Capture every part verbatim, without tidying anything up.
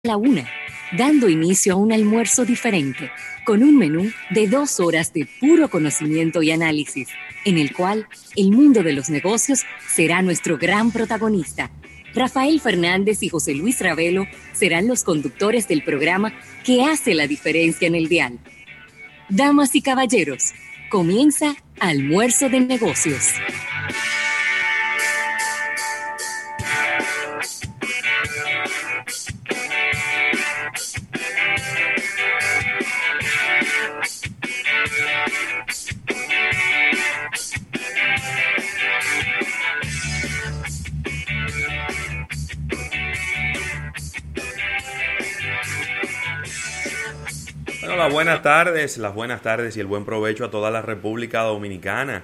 la una, dando inicio a un almuerzo diferente, con un menú de dos horas de puro conocimiento y análisis, en el cual el mundo de los negocios será nuestro gran protagonista. Rafael Fernández y José Luis Ravelo serán los conductores del programa que hace la diferencia en el dial. Damas y caballeros, comienza Almuerzo de Negocios. Bueno, las buenas tardes, las buenas tardes y el buen provecho a toda la República Dominicana,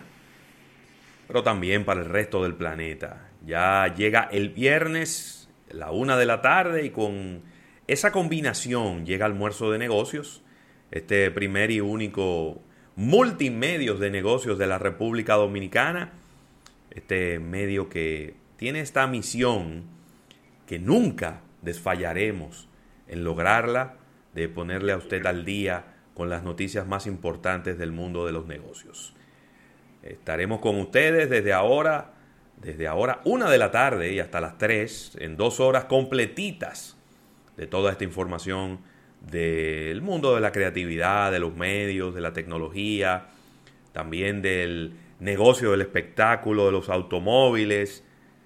pero también para el resto del planeta. Ya llega el viernes, la una de la tarde, y con esa combinación llega Almuerzo de Negocios, este primer y único multimedios de negocios de la República Dominicana, este medio que tiene esta misión que nunca desfallaremos en lograrla, de ponerle a usted al día con las noticias más importantes del mundo de los negocios. Estaremos con ustedes desde ahora, desde ahora una de la tarde y hasta las tres, en dos horas completitas de toda esta información del mundo de la creatividad, de los medios, de la tecnología, también del negocio del espectáculo, de los automóviles.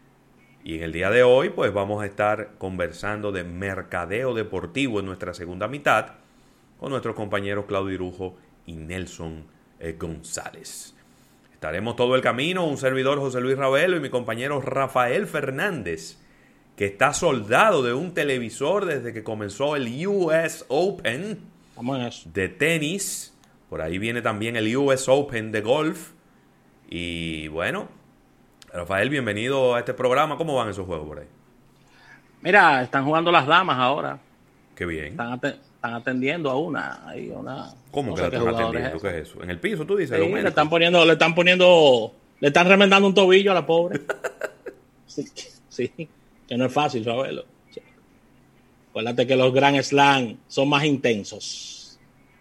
Y en el día de hoy, pues vamos a estar conversando de mercadeo deportivo en nuestra segunda mitad con nuestros compañeros Claudio Irujo y Nelson eh, González. Estaremos todo el camino, un servidor José Luis Ravelo y mi compañero Rafael Fernández, que está soldado de un televisor desde que comenzó el U S Open de tenis. Por ahí viene también el U S Open de golf. Y bueno, Rafael, bienvenido a este programa. ¿Cómo van esos juegos por ahí? Mira, están jugando las damas ahora. Qué bien. Están, at- están atendiendo a una. Ahí una ¿Cómo no que sé la qué están jugador atendiendo? es ¿Qué ese. es eso? ¿En el piso tú dices? Sí, Los le médicos. están poniendo, le están poniendo, le están remendando un tobillo a la pobre. Sí, sí, que no es fácil saberlo. Sí. Acuérdate que los Grand Slam son más intensos.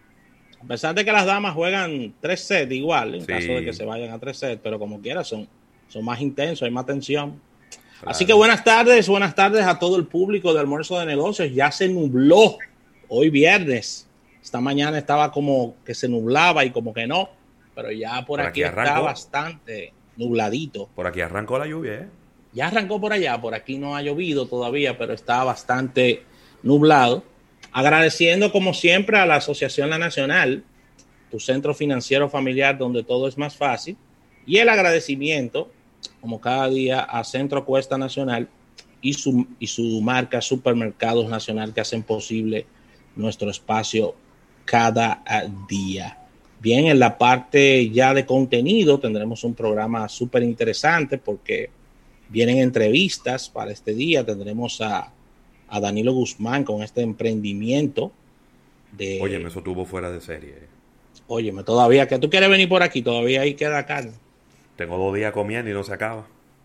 A pesar de que las damas juegan tres sets igual, en Sí. caso de que se vayan a tres sets, pero como quiera son, son más intensos, hay más tensión. Claro. Así que buenas tardes, buenas tardes a todo el público de Almuerzo de Negocios. Ya se nubló hoy viernes. Esta mañana estaba como que se nublaba y como que no, pero ya por, Por aquí, aquí está arrancó. bastante nubladito. Por aquí arrancó la lluvia, ¿eh? Ya arrancó por allá, por aquí no ha llovido todavía, pero está bastante nublado. Agradeciendo como siempre a la Asociación La Nacional, tu centro financiero familiar donde todo es más fácil, y el agradecimiento como cada día a Centro Cuesta Nacional y su, y su marca Supermercados Nacional, que hacen posible nuestro espacio cada día. Bien, en la parte ya de contenido tendremos un programa súper interesante porque vienen entrevistas para este día. Tendremos a, a Danilo Guzmán con este emprendimiento de... Óyeme, eso tuvo fuera de serie. ¿eh? Óyeme, todavía que tú quieres venir por aquí, todavía ahí queda carne. Tengo dos días comiendo y no se acaba.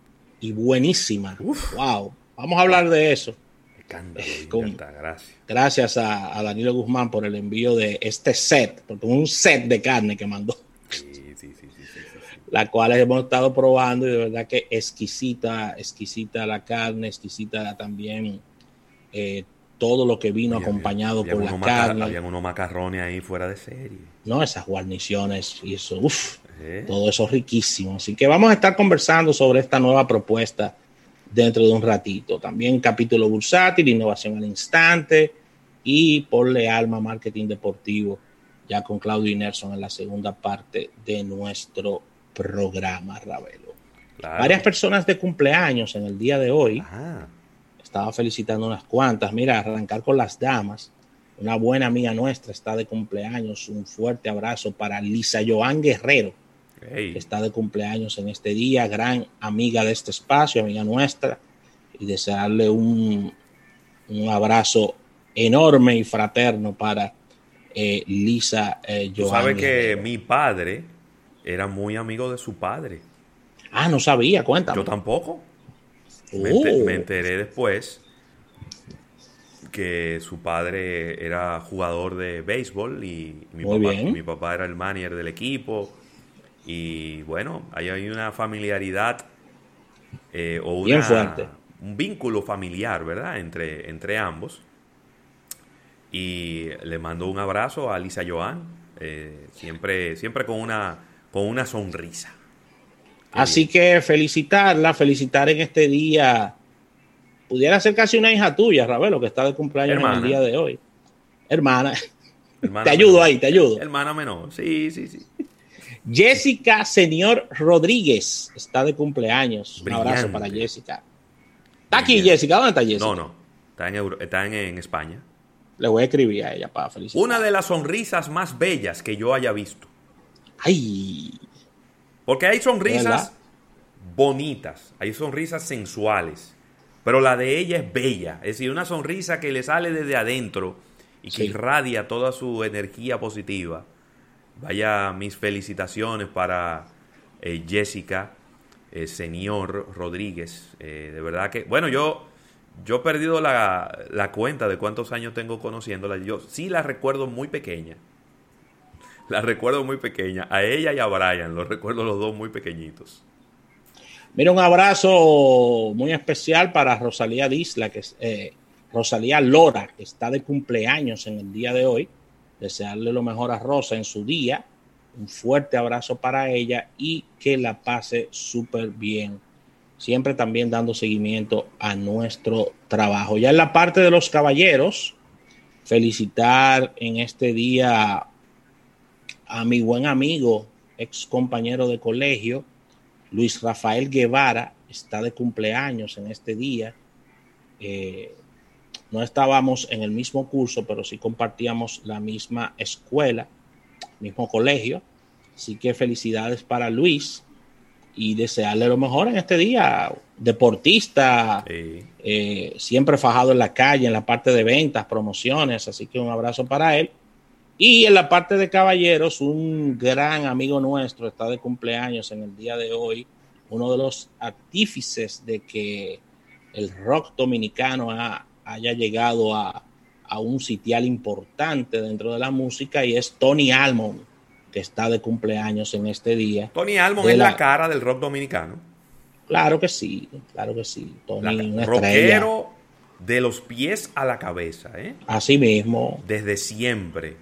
Y buenísima. Uf. Wow. Vamos a hablar de eso. Escándalo, Con- Ingrata, gracias. Gracias a, a Danilo Guzmán por el envío de este set, porque un set de carne que mandó, Sí, sí, sí, sí, sí, sí, sí. la cual hemos estado probando y de verdad que exquisita, exquisita la carne, exquisita también eh, todo lo que vino Oye, acompañado había, por había la unos maca- carne. habían unos macarrones ahí fuera de serie. No, esas guarniciones y eso, uff, ¿eh? todo eso riquísimo. Así que vamos a estar conversando sobre esta nueva propuesta dentro de un ratito. También capítulo bursátil, innovación al instante y ponle alma marketing deportivo ya con Claudio y Nelson en la segunda parte de nuestro programa, Ravelo. Claro. Varias personas de cumpleaños en el día de hoy. Ajá. Estaba felicitando unas cuantas. Mira, arrancar con las damas. Una buena amiga nuestra está de cumpleaños. Un fuerte abrazo para Lisa Joan Guerrero, Hey. que está de cumpleaños en este día. Gran amiga de este espacio, amiga nuestra. Y desearle un, un abrazo enorme y fraterno para eh, Lisa eh, Tú Joan sabes que Guerrero. mi padre era muy amigo de su padre. Ah, no sabía, cuéntame. Yo tampoco. Me, Oh. enter- me enteré después que su padre era jugador de béisbol y mi Muy papá, bien. mi papá era el manager del equipo. Y bueno, ahí hay una familiaridad eh, o Bien una, fuerte. un vínculo familiar, ¿verdad? Entre, entre ambos. Y le mando un abrazo a Lisa Joan, eh, siempre, siempre con una, con una sonrisa. Qué Así bien. que felicitarla, felicitar en este día. Pudiera ser casi una hija tuya, Ravelo, que está de cumpleaños en el Hermana. día de hoy. Hermana. Hermana Te ayudo menor. ahí, te ayudo. Hermana menor, sí, sí, sí. Jessica Señor Rodríguez está de cumpleaños. Un abrazo Brillante. para Jessica. ¿Está aquí Brillante. Jessica? ¿Dónde está Jessica? No, no, está en, Euro- está en, en España. Le voy a escribir a ella para felicitar. Una de las sonrisas más bellas que yo haya visto. Ay, Porque hay ¿verdad? sonrisas bonitas, hay sonrisas sensuales, pero la de ella es bella. Es decir, una sonrisa que le sale desde adentro y que Sí. irradia toda su energía positiva. Vaya mis felicitaciones para eh, Jessica, eh, señor Rodríguez. Eh, de verdad que, bueno, yo, yo he perdido la, la cuenta de cuántos años tengo conociéndola. Yo sí la recuerdo muy pequeña. La recuerdo muy pequeña. A ella y a Brian los recuerdo los dos muy pequeñitos. Mira, un abrazo muy especial para Rosalía Disla, que es eh, Rosalía Lora, que está de cumpleaños en el día de hoy. Desearle lo mejor a Rosa en su día. Un fuerte abrazo para ella y que la pase súper bien. Siempre también dando seguimiento a nuestro trabajo. Ya en la parte de los caballeros, felicitar en este día a mi buen amigo, ex compañero de colegio, Luis Rafael Guevara. Está de cumpleaños en este día. Eh, no estábamos en el mismo curso, pero sí compartíamos la misma escuela, mismo colegio. Así que felicidades para Luis y desearle lo mejor en este día. Deportista, Sí. eh, siempre fajado en la calle, en la parte de ventas, promociones. Así que un abrazo para él. Y en la parte de caballeros, un gran amigo nuestro está de cumpleaños en el día de hoy. Uno de los artífices de que el rock dominicano ha, haya llegado a, a un sitial importante dentro de la música, y es Tony Almond, que está de cumpleaños en este día. Tony Almond De es la, la- cara del rock dominicano. Claro que sí, claro que sí. Tony, La, una estrella. rockero de los pies a la cabeza, ¿eh? Así mismo. Desde siempre.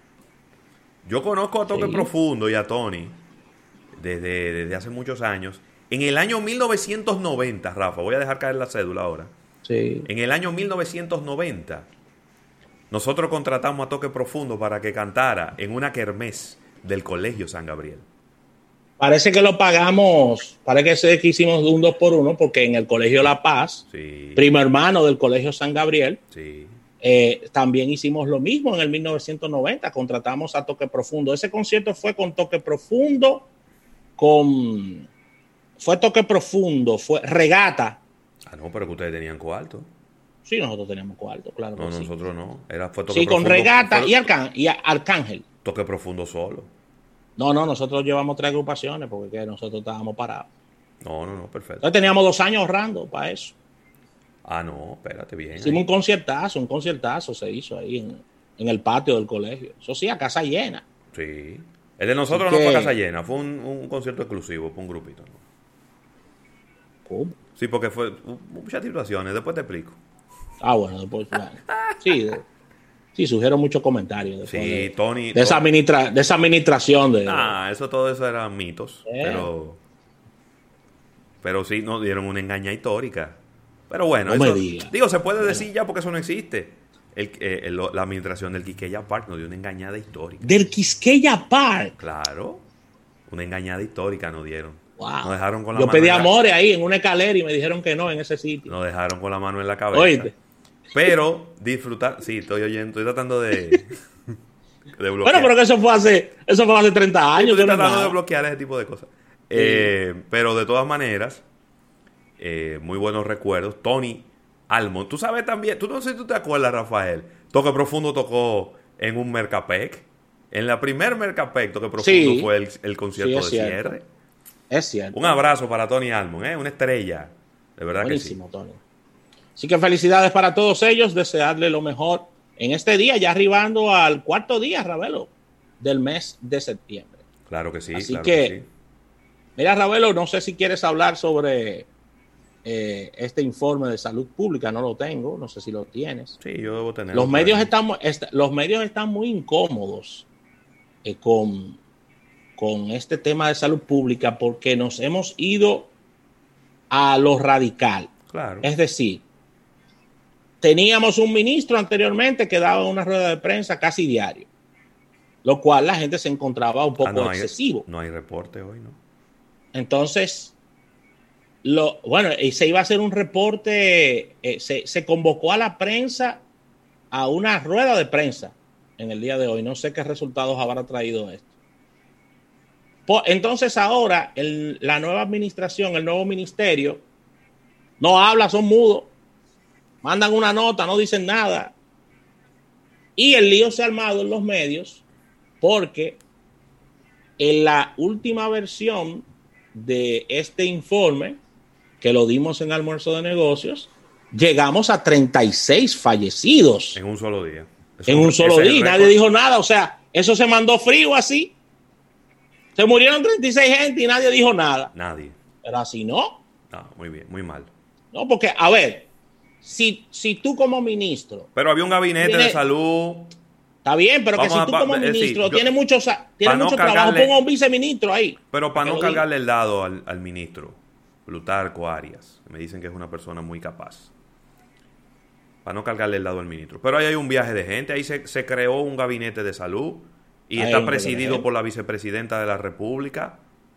Yo conozco a Toque Sí. Profundo y a Tony desde, desde hace muchos años. En el año mil novecientos noventa, Rafa, voy a dejar caer la cédula ahora. Sí. En el año mil novecientos noventa, nosotros contratamos a Toque Profundo para que cantara en una kermés del Colegio San Gabriel. Parece que lo pagamos, parece que hicimos un dos por uno, porque en el Colegio La Paz, Sí, primo hermano del Colegio San Gabriel, sí. eh, también hicimos lo mismo en el mil novecientos noventa, contratamos a Toque Profundo. Ese concierto fue con Toque Profundo, con... Fue Toque Profundo, fue Regata. Ah, no, pero que ustedes tenían cuarto. Sí, nosotros teníamos cuarto, claro. No, que sí. nosotros no. Era, fue Toque Sí, con Profundo. Regata Fue y, Arcán- y Arcángel. Toque Profundo solo. No, no, nosotros llevamos tres agrupaciones porque que nosotros estábamos parados. No, no, no, perfecto. Entonces teníamos dos años ahorrando para eso. Ah, no, espérate bien. Hicimos ahí. un conciertazo, un conciertazo se hizo ahí en, en el patio del colegio. Eso sí, a casa llena. Sí. El de nosotros Así no fue que- casa llena, fue un, un concierto exclusivo, fue un grupito. ¿no? ¿Cómo? Sí, porque fue uh, muchas situaciones, después te explico. Ah, bueno, después. Bueno. Sí, de- sí, surgieron muchos comentarios. después Sí, de, Tony. de esa Tony- administra- de esa administración de. Ah, eso todo eso eran mitos, Eh. pero pero sí nos dieron una engaña histórica. Pero bueno, No me eso, diga. digo, se puede decir ya porque eso no existe. El, eh, el- la administración del Quiqueya Park nos dio una engañada histórica. Del Quisqueya Park. Claro, una engañada histórica nos dieron. Wow. Nos dejaron con la Yo mano pedí en la- amores ahí en una escalera y me dijeron que no en ese sitio. Nos dejaron con la mano en la cabeza. Oíste. Pero disfrutar, sí, estoy oyendo, estoy tratando de, de bloquear. Bueno, pero que eso fue hace, eso fue hace treinta años. Estoy yo no tratando nada. de bloquear ese tipo de cosas. Eh, pero de todas maneras, eh, muy buenos recuerdos. Tony Almond, tú sabes también, tú no sé si tú te acuerdas, Rafael, Toque Profundo tocó en un Mercapec. En la primer Mercapec, Toque Profundo Sí. fue el, el concierto Sí, de es cierto. cierre. Es cierto. Un abrazo para Tony Almond, ¿eh? Una estrella. De verdad Buenísimo, que Tony. Así que felicidades para todos ellos, desearle lo mejor en este día, ya arribando al cuarto día, Ravelo, del mes de septiembre. Claro que sí, Así claro que, que sí. Mira, Ravelo, no sé si quieres hablar sobre eh, este informe de salud pública, no lo tengo, no sé si lo tienes. Sí, yo debo tenerlo. Los medios están, est los medios están muy incómodos eh, con, con este tema de salud pública porque nos hemos ido a lo radical. Claro. Es decir, teníamos un ministro anteriormente que daba una rueda de prensa casi diario, lo cual la gente se encontraba un poco ah, no hay, excesivo. No hay reporte hoy, ¿no? Entonces, lo, bueno, se iba a hacer un reporte, eh, se, se convocó a la prensa a una rueda de prensa en el día de hoy. No sé qué resultados habrá traído esto. Pues, entonces ahora el, la nueva administración, el nuevo ministerio, no habla, son mudos. Mandan una nota, no dicen nada. Y el lío se ha armado en los medios porque en la última versión de este informe, que lo dimos en Almuerzo de Negocios, llegamos a treinta y seis fallecidos. En un solo día. Eso, en un solo día. Nadie dijo nada. O sea, eso se mandó frío así. Se murieron treinta y seis gente y nadie dijo nada. Nadie. Pero así no. No, muy bien, muy mal. No, porque, a ver, Si, si tú como ministro... Pero había un gabinete tiene, de salud... Está bien, pero que si tú a, como ministro decir, tienes mucho, tiene mucho no trabajo, ponga un viceministro ahí. Pero para no cargarle el dado al, al ministro, Plutarco Arias, me dicen que es una persona muy capaz. Para no cargarle el dado al ministro. Pero ahí hay un viaje de gente, ahí se, se creó un gabinete de salud y ahí está presidido por la vicepresidenta de la República.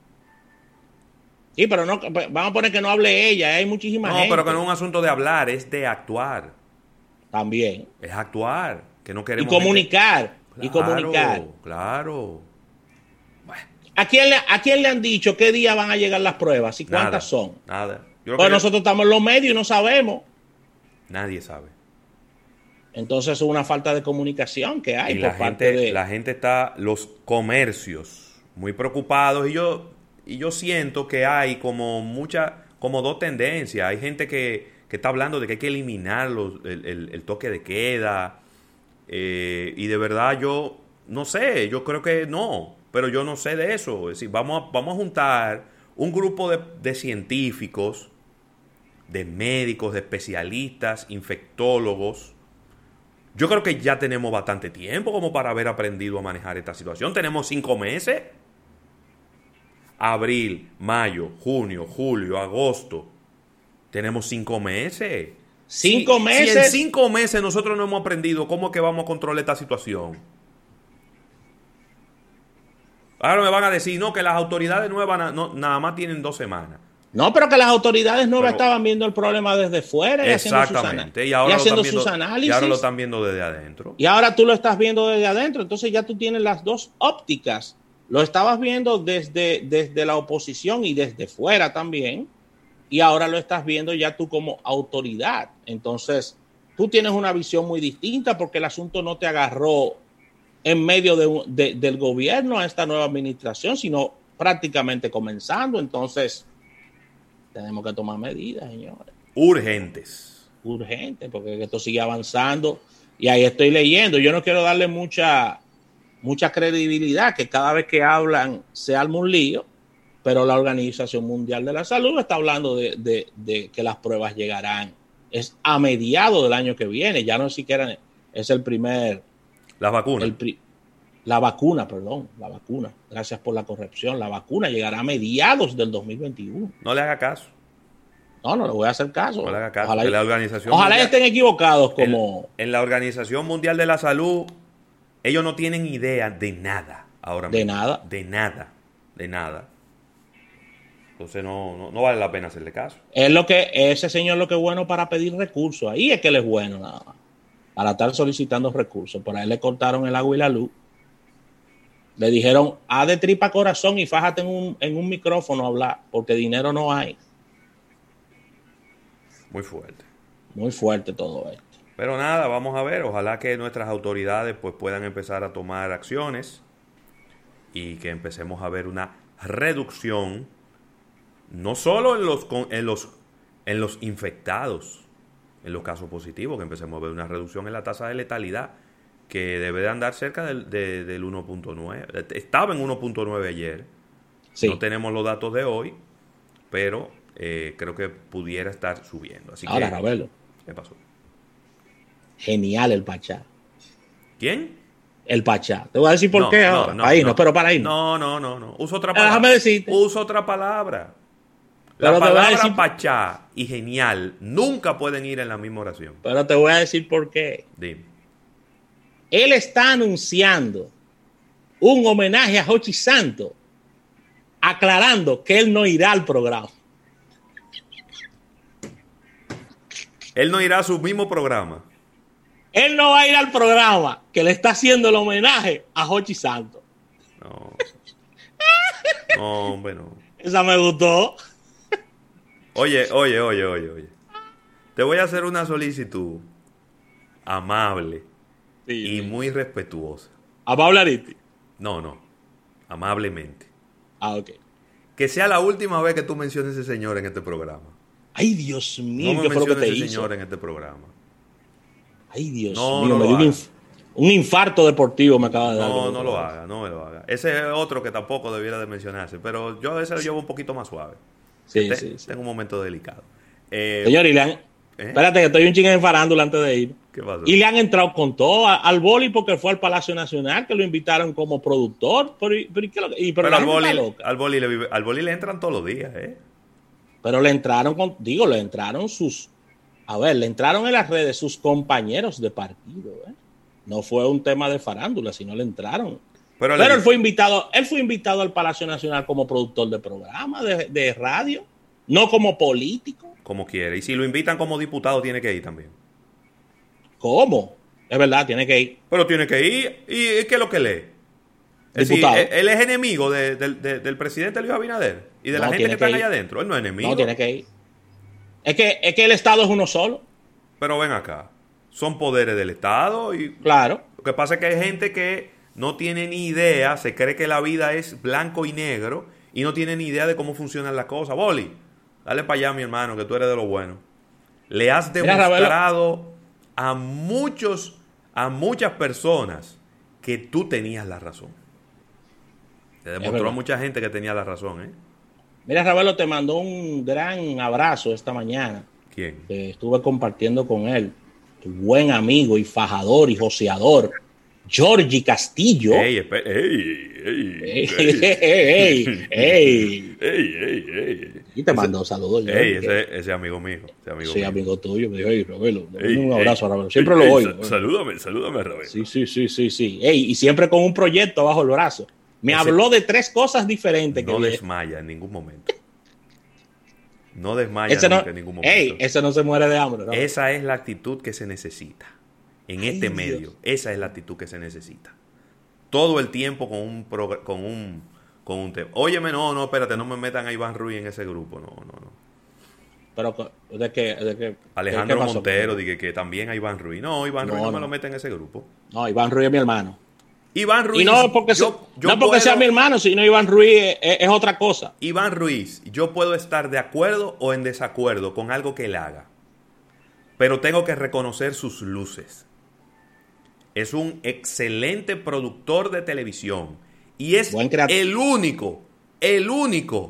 Sí, pero no, vamos a poner que no hable ella, hay muchísima no, gente. No, pero que no es un asunto de hablar, es de actuar. También. Es actuar, que no queremos... Y comunicar, gente... y comunicar. Claro, claro. Bueno. ¿A quién, le, ¿A quién le han dicho qué día van a llegar las pruebas y cuántas nada, son? Nada. Yo pues nosotros yo... estamos en los medios y no sabemos. Nadie sabe. Entonces es una falta de comunicación que hay y por la parte gente, de... La gente está, los comercios, muy preocupados y yo... Y yo siento que hay como mucha, como dos tendencias. Hay gente que, que está hablando de que hay que eliminar los, el, el, el toque de queda. Eh, y de verdad yo no sé, yo creo que no. Pero yo no sé de eso. Es decir, vamos a, vamos a juntar un grupo de, de científicos, de médicos, de especialistas, infectólogos. Yo creo que ya tenemos bastante tiempo como para haber aprendido a manejar esta situación. Tenemos cinco meses. Abril, mayo, junio, julio, agosto. Tenemos cinco meses. Cinco si, meses. Si en cinco meses nosotros no hemos aprendido cómo es que vamos a controlar esta situación. Ahora me van a decir, no, que las autoridades nuevas no, nada más tienen dos semanas. No, pero que las autoridades nuevas pero, estaban viendo el problema desde fuera y exactamente, haciendo sus, y ahora y haciendo viendo, sus análisis. Y ahora lo están viendo desde adentro. Y ahora tú lo estás viendo desde adentro. Entonces ya tú tienes las dos ópticas. Lo estabas viendo desde, desde la oposición y desde fuera también, y ahora lo estás viendo ya tú como autoridad. Entonces, tú tienes una visión muy distinta porque el asunto no te agarró en medio de, de, del gobierno a esta nueva administración, sino prácticamente comenzando. Entonces, tenemos que tomar medidas, señores. Urgentes. Urgentes, porque esto sigue avanzando. Y ahí estoy leyendo. Yo no quiero darle mucha... mucha credibilidad, que cada vez que hablan se arma un lío, pero la Organización Mundial de la Salud está hablando de, de, de que las pruebas llegarán es a mediados del año que viene, ya no siquiera es el primer... La vacuna. El pri, la vacuna, perdón, la vacuna, gracias por la corrección, la vacuna llegará a mediados del dos mil veintiuno. No le haga caso. No, no le voy a hacer caso. No le haga caso. Ojalá, la organización ojalá mundial, estén equivocados como... En, en la Organización Mundial de la Salud... Ellos no tienen idea de nada ahora mismo. De nada. De nada. De nada. Entonces no, no, no vale la pena hacerle caso. Es lo que, ese señor lo que es bueno para pedir recursos. Ahí es que él es bueno nada más. Para estar solicitando recursos. Por ahí le cortaron el agua y la luz. Le dijeron, haz de tripa corazón y fájate en un, en un micrófono a hablar, porque dinero no hay. Muy fuerte. Muy fuerte todo esto. Pero nada, vamos a ver, ojalá que nuestras autoridades pues puedan empezar a tomar acciones y que empecemos a ver una reducción no solo en los en los en los infectados, en los casos positivos, que empecemos a ver una reducción en la tasa de letalidad, que debe de andar cerca del, de, del uno punto nueve. Estaba en uno punto nueve ayer. Sí. No tenemos los datos de hoy, pero eh, creo que pudiera estar subiendo. Así Ahora, que, Ravelo. ¿Qué pasó? Genial el Pachá. ¿Quién? El Pachá. Te voy a decir por no, qué no, ahora. No, para irnos, no, pero para irnos. No, no, no, no. Usa otra palabra. Déjame decirte. Usa otra palabra. La Pero palabra decir... Pachá y genial nunca pueden ir en la misma oración. Pero te voy a decir por qué. Dime. Él está anunciando un homenaje a Jochi Santos, aclarando que él no irá al programa. Él no irá a su mismo programa. Él no va a ir al programa que le está haciendo el homenaje a Jochi Santos. No. No, hombre, no. Esa me gustó. Oye, oye, oye, oye, oye. Te voy a hacer una solicitud amable sí, y sí. muy respetuosa. ¿Amable Ariti? No, no. Amablemente. Ah, ok. Que sea la última vez que tú menciones ese señor en este programa. Ay, Dios mío, no ¿qué fue lo que te ese hizo? señor en este programa. Ay, Dios no, mío, no me dio un, inf un infarto deportivo me acaba de dar. No, no lo haga, no me lo haga. Ese es otro que tampoco debiera de mencionarse, pero yo a veces lo llevo un poquito más suave. Sí, te, sí, sí. Tengo un momento delicado. Eh, Señor, y le han... ¿Eh? Espérate, que estoy un chingue en farándula antes de ir. ¿Qué pasó? Y le han entrado con todo a, al boli porque fue al Palacio Nacional, que lo invitaron como productor. Pero, pero, pero, y, pero, pero al, boli, al, boli le, al boli le entran todos los días, ¿eh? Pero le entraron, con, digo, le entraron sus... A ver, le entraron en las redes sus compañeros de partido, ¿eh? No fue un tema de farándula, sino le entraron. Pero, pero él fue invitado, él fue invitado al Palacio Nacional como productor de programa, de, de radio, no como político. Como quiere. Y si lo invitan como diputado, tiene que ir también. ¿Cómo? Es verdad, tiene que ir. Pero tiene que ir. ¿Y qué es lo que lee? Es decir, él es enemigo de, de, de, del presidente Luis Abinader y de no, la gente que está allá adentro. Él no es enemigo. No, tiene que ir. Es que, es que el Estado es uno solo. Pero ven acá. Son poderes del Estado y... Claro. Lo que pasa es que hay gente que no tiene ni idea, se cree que la vida es blanco y negro y no tiene ni idea de cómo funcionan las cosas. Boli, dale para allá, mi hermano, que tú eres de lo bueno. Le has demostrado Mira, a muchos, a muchas personas que tú tenías la razón. Te demostró a mucha gente que tenía la razón, ¿eh? Mira, Ravelo, te mandó un gran abrazo esta mañana. ¿Quién? Que estuve compartiendo con él. Tu buen amigo y fajador y joseador, Georgie Castillo. ¡Ey, ey, ey! ¡Ey, ey, ey! ¡Ey, ey! Y te mandó saludos. ¡Ey, ese, ese amigo mío! Ese amigo, sí, mío. amigo tuyo. Me dijo, ¡ey, Ravelo! Un abrazo a Ravelo. Siempre ey, lo oigo. Sa salúdame, salúdame, Ravelo. Sí, sí, sí, sí, sí. ¡Ey! Y siempre con un proyecto bajo el brazo. Me ese habló de tres cosas diferentes. No que desmaya en ningún momento. No desmaya ese no, en ningún momento. Ey, ese no se muere de hambre, ¿no? Esa es la actitud que se necesita. En Ay, este Dios. medio, esa es la actitud que se necesita. Todo el tiempo con un con un con un tema. Óyeme, no, no, espérate, no me metan a Iván Ruiz en ese grupo, no, no, no. Pero de que, de que Alejandro ¿qué pasó? Montero dije que también a Iván Ruiz. No, Iván No, Ruiz no, no me lo mete en ese grupo. No, Iván Ruiz es mi hermano. Iván Ruiz. Y no porque, yo, yo no porque puedo, sea mi hermano, sino Iván Ruiz es, es, es otra cosa. Iván Ruiz, yo puedo estar de acuerdo o en desacuerdo con algo que él haga, pero tengo que reconocer sus luces. Es un excelente productor de televisión y es el único, el único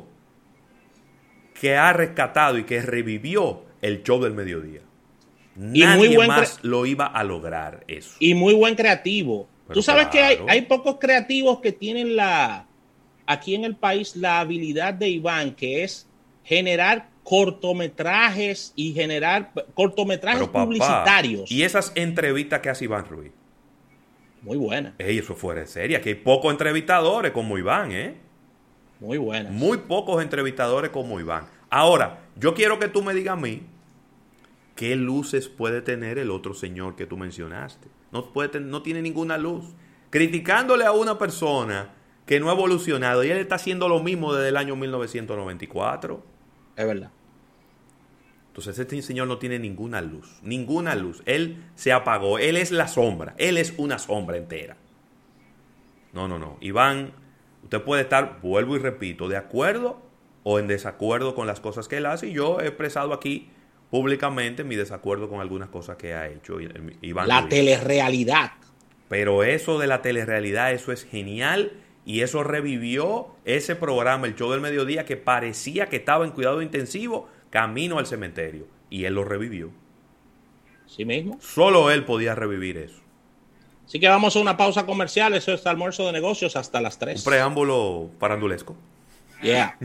que ha rescatado y que revivió el show del mediodía. Y Nadie muy buen más lo iba a lograr eso. Y muy buen creativo. Pero Tú sabes claro. que hay, hay pocos creativos que tienen la aquí en el país la habilidad de Iván, que es generar cortometrajes y generar cortometrajes Pero, papá, publicitarios. Y esas entrevistas que hace Iván Ruiz. Muy buenas. Ey, eso fuera de serie. Que hay pocos entrevistadores como Iván, ¿eh? Muy buenas. Muy pocos entrevistadores como Iván. Ahora, yo quiero que tú me digas a mí qué luces puede tener el otro señor que tú mencionaste. No, puede, no tiene ninguna luz. Criticándole a una persona que no ha evolucionado y él está haciendo lo mismo desde el año mil novecientos noventa y cuatro. Es verdad. Entonces este señor no tiene ninguna luz. Ninguna luz. Él se apagó. Él es la sombra. Él es una sombra entera. No, no, no. Iván, usted puede estar, vuelvo y repito, de acuerdo o en desacuerdo con las cosas que él hace. Y yo he expresado aquí públicamente mi desacuerdo con algunas cosas que ha hecho Iván La Luis. telerrealidad. Pero eso de la telerrealidad, eso es genial y eso revivió ese programa, el show del mediodía, que parecía que estaba en cuidado intensivo camino al cementerio, y él lo revivió. Sí mismo. Solo él podía revivir eso. Así que vamos a una pausa comercial. Eso es Almuerzo de Negocios hasta las tres. Un preámbulo farandulesco. Yeah.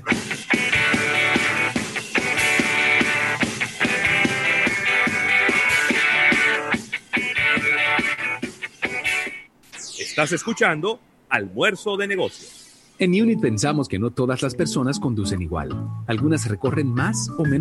Estás escuchando Almuerzo de Negocios. En Unit pensamos que no todas las personas conducen igual. Algunas recorren más o menos